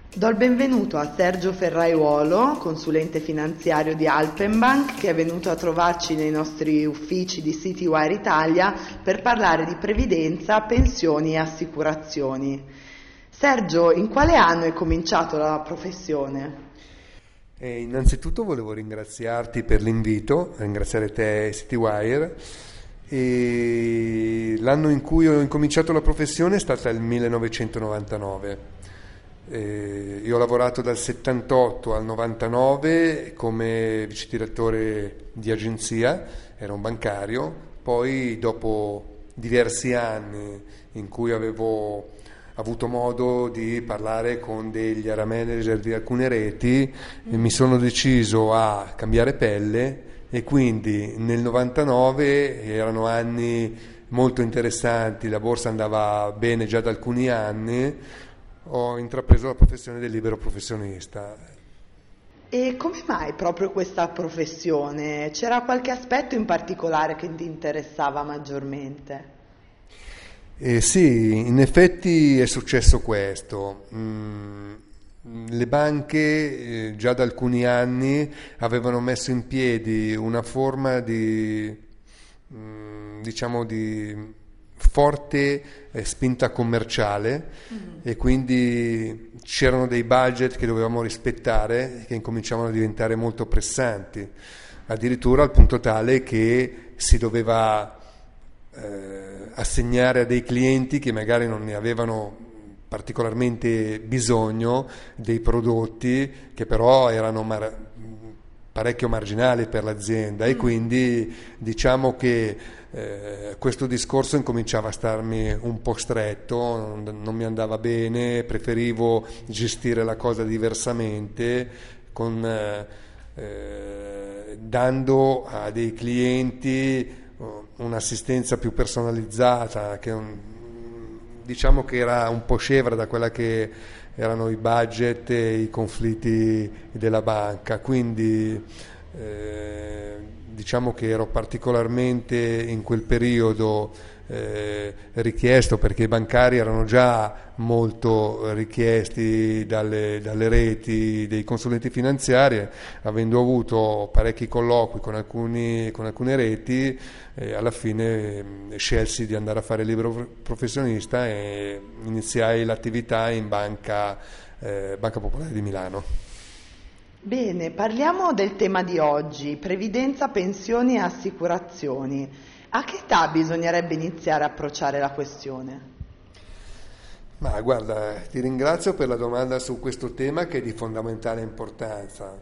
Do il benvenuto a Sergio Ferraiuolo, consulente finanziario di Alpenbank, che è venuto a trovarci nei nostri uffici di Citywire Italia per parlare di previdenza, pensioni e assicurazioni. Sergio, in quale anno hai cominciato la professione? Innanzitutto volevo ringraziarti per l'invito, ringraziare te e Citywire. E l'anno in cui ho incominciato la professione è stato il 1999. Io ho lavorato dal 78 al 99 come vice direttore di agenzia, ero un bancario, poi dopo diversi anni in cui avevo avuto modo di parlare con degli area manager di alcune reti, mi sono deciso a cambiare pelle e quindi nel 99 erano anni molto interessanti, la borsa andava bene già da alcuni anni, ho intrapreso la professione del libero professionista. E come mai proprio questa professione? C'era qualche aspetto in particolare che ti interessava maggiormente? Sì, in effetti è successo questo. Le banche già da alcuni anni avevano messo in piedi una forma diciamo di forte spinta commerciale e quindi c'erano dei budget che dovevamo rispettare che incominciavano a diventare molto pressanti, addirittura al punto tale che si doveva assegnare a dei clienti che magari non ne avevano particolarmente bisogno dei prodotti che però erano parecchio marginali per l'azienda e quindi diciamo che questo discorso incominciava a starmi un po' stretto, non mi andava bene, preferivo gestire la cosa diversamente dando a dei clienti un'assistenza più personalizzata diciamo che era un po' scevra da quella che erano i budget e i conflitti della banca, quindi diciamo che ero particolarmente in quel periodo richiesto perché i bancari erano già molto richiesti dalle reti dei consulenti finanziari, avendo avuto parecchi colloqui con alcune reti, alla fine scelsi di andare a fare il libero professionista e iniziai l'attività in Banca Popolare di Milano. Bene, parliamo del tema di oggi, previdenza, pensioni e assicurazioni. A che età bisognerebbe iniziare a approcciare la questione? Ma guarda, ti ringrazio per la domanda su questo tema che è di fondamentale importanza.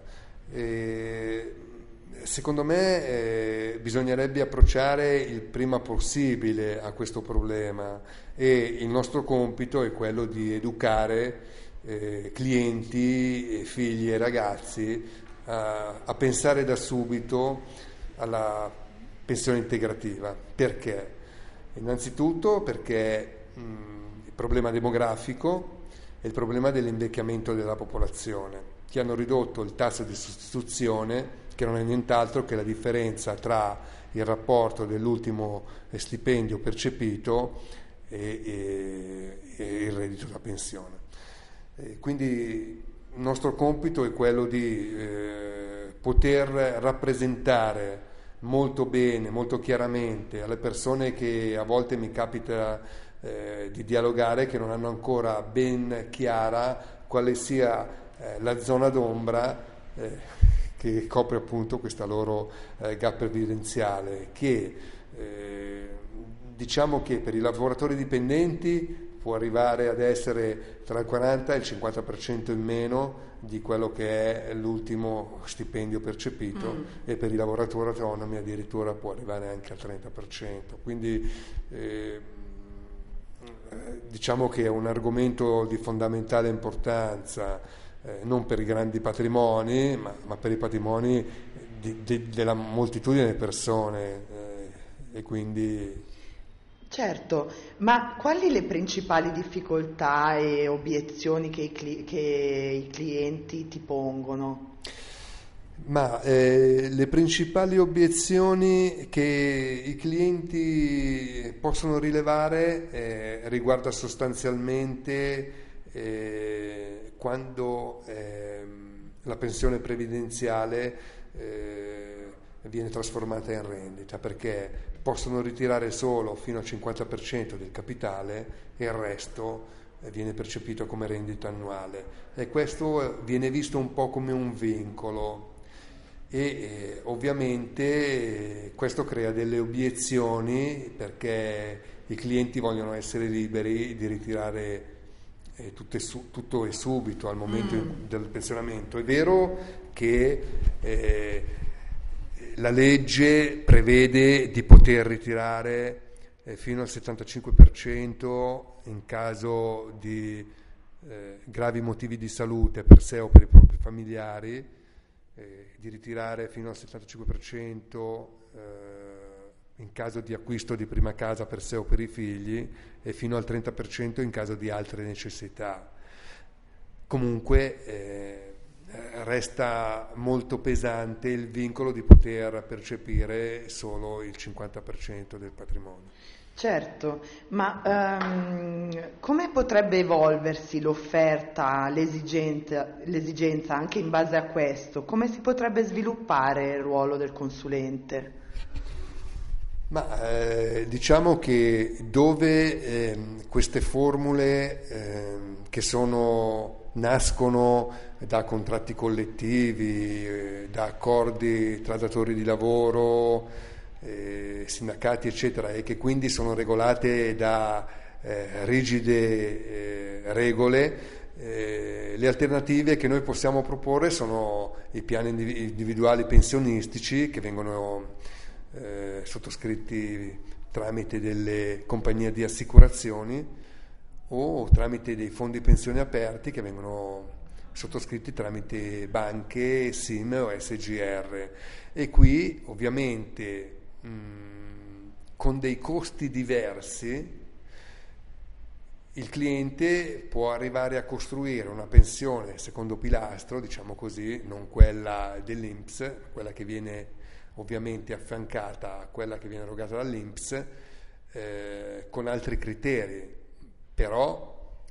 Secondo me bisognerebbe approcciare il prima possibile a questo problema e il nostro compito è quello di educare clienti, figli e ragazzi a pensare da subito alla pensione integrativa. Perché? Innanzitutto perché il problema demografico e il problema dell'invecchiamento della popolazione, che hanno ridotto il tasso di sostituzione, che non è nient'altro che la differenza tra il rapporto dell'ultimo stipendio percepito e il reddito da pensione. Quindi il nostro compito è quello di poter rappresentare molto bene, molto chiaramente alle persone che a volte mi capita di dialogare che non hanno ancora ben chiara quale sia la zona d'ombra che copre appunto questa loro gap previdenziale che diciamo che per i lavoratori dipendenti può arrivare ad essere tra il 40 e il 50% in meno di quello che è l'ultimo stipendio percepito e per i lavoratori autonomi addirittura può arrivare anche al 30%. Quindi diciamo che è un argomento di fondamentale importanza non per i grandi patrimoni ma per i patrimoni della moltitudine di persone e quindi... Certo, ma quali le principali difficoltà e obiezioni che i clienti ti pongono? Ma le principali obiezioni che i clienti possono rilevare riguarda sostanzialmente quando la pensione previdenziale viene trasformata in rendita, perché possono ritirare solo fino al 50% del capitale e il resto viene percepito come rendita annuale, e questo viene visto un po' come un vincolo e ovviamente questo crea delle obiezioni, perché i clienti vogliono essere liberi di ritirare tutto e subito al momento del pensionamento. È vero che la legge prevede di poter ritirare fino al 75% in caso di gravi motivi di salute per sé o per i propri familiari, di ritirare fino al 75% in caso di acquisto di prima casa per sé o per i figli, e fino al 30% in caso di altre necessità. Comunque resta molto pesante il vincolo di poter percepire solo il 50% del patrimonio. Certo, ma come potrebbe evolversi l'offerta, l'esigenza anche in base a questo? Come si potrebbe sviluppare il ruolo del consulente? Ma diciamo che dove queste formule che nascono da contratti collettivi, da accordi tra datori di lavoro, sindacati eccetera, e che quindi sono regolate da rigide regole, le alternative che noi possiamo proporre sono i piani individuali pensionistici, che vengono sottoscritti tramite delle compagnie di assicurazioni o tramite dei fondi pensione aperti, che vengono sottoscritti tramite banche, SIM o SGR, e qui ovviamente con dei costi diversi il cliente può arrivare a costruire una pensione secondo pilastro, diciamo così, non quella dell'INPS, quella che viene ovviamente affiancata a quella che viene erogata dall'INPS, con altri criteri, però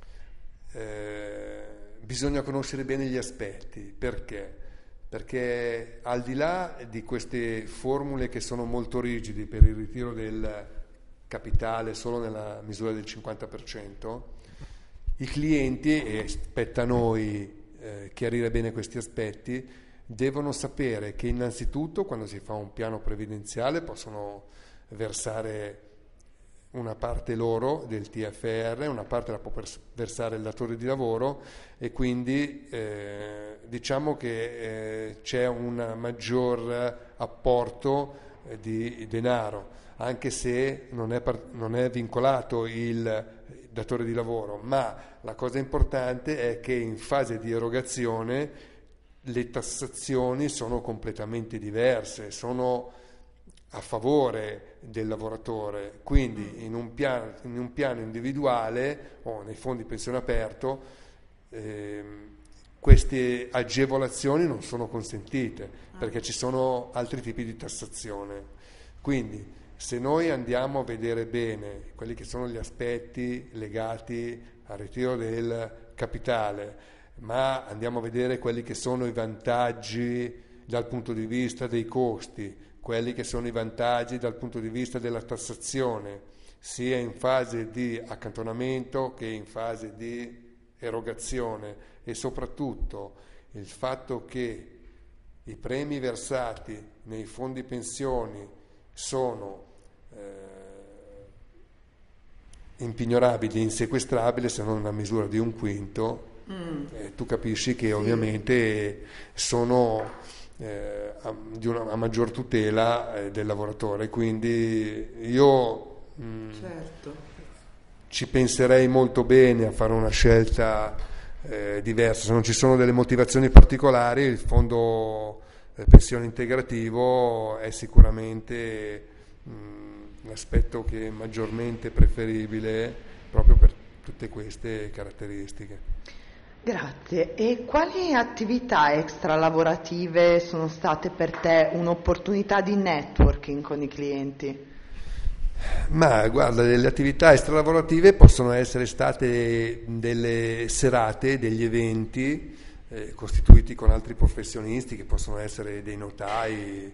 bisogna conoscere bene gli aspetti. Perché? Perché al di là di queste formule che sono molto rigide per il ritiro del capitale solo nella misura del 50%, i clienti, e spetta a noi chiarire bene questi aspetti, devono sapere che innanzitutto quando si fa un piano previdenziale possono versare una parte loro del TFR, una parte la può versare il datore di lavoro, e quindi diciamo che c'è un maggior apporto di denaro, anche se non è vincolato il datore di lavoro, ma la cosa importante è che in fase di erogazione le tassazioni sono completamente diverse, sono a favore del lavoratore, quindi in un piano individuale o nei fondi pensione aperto queste agevolazioni non sono consentite, perché ci sono altri tipi di tassazione. Quindi se noi andiamo a vedere bene quelli che sono gli aspetti legati al ritiro del capitale, ma andiamo a vedere quelli che sono i vantaggi dal punto di vista dei costi, quelli che sono i vantaggi dal punto di vista della tassazione, sia in fase di accantonamento che in fase di erogazione, e soprattutto il fatto che i premi versati nei fondi pensioni sono impignorabili, insequestrabili se non nella misura di 1/5, tu capisci che ovviamente sono di una maggior tutela del lavoratore, quindi io ci penserei molto bene a fare una scelta diversa. Se non ci sono delle motivazioni particolari, il fondo pensione integrativo è sicuramente l'aspetto che è maggiormente preferibile proprio per tutte queste caratteristiche. Grazie. E quali attività extralavorative sono state per te un'opportunità di networking con i clienti? Ma guarda, delle attività extralavorative possono essere state delle serate, degli eventi costituiti con altri professionisti, che possono essere dei notai,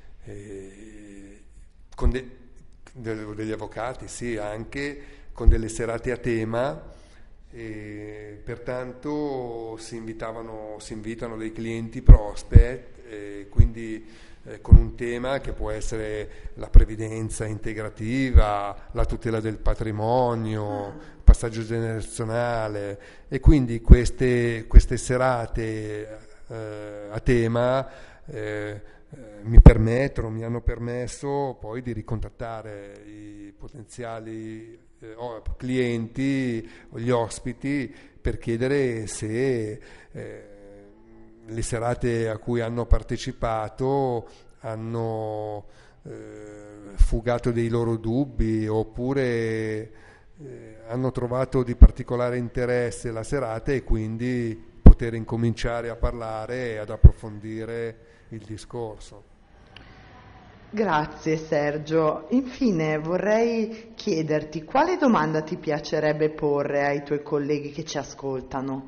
con degli avvocati, sì, anche con delle serate a tema, e pertanto si invitano dei clienti prospect, quindi con un tema che può essere la previdenza integrativa, la tutela del patrimonio, il passaggio generazionale, e quindi queste serate a tema mi hanno permesso poi di ricontattare i potenziali clienti o gli ospiti per chiedere se le serate a cui hanno partecipato hanno fugato dei loro dubbi, oppure hanno trovato di particolare interesse la serata e quindi poter incominciare a parlare e ad approfondire il discorso. Grazie Sergio. Infine vorrei chiederti quale domanda ti piacerebbe porre ai tuoi colleghi che ci ascoltano?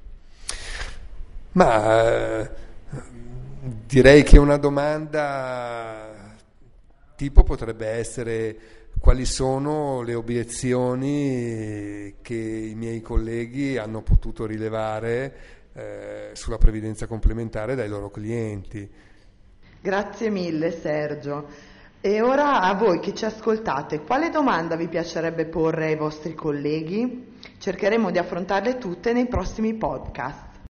Ma direi che una domanda tipo potrebbe essere: quali sono le obiezioni che i miei colleghi hanno potuto rilevare sulla previdenza complementare dai loro clienti? Grazie mille Sergio. E ora a voi che ci ascoltate, quale domanda vi piacerebbe porre ai vostri colleghi? Cercheremo di affrontarle tutte nei prossimi podcast.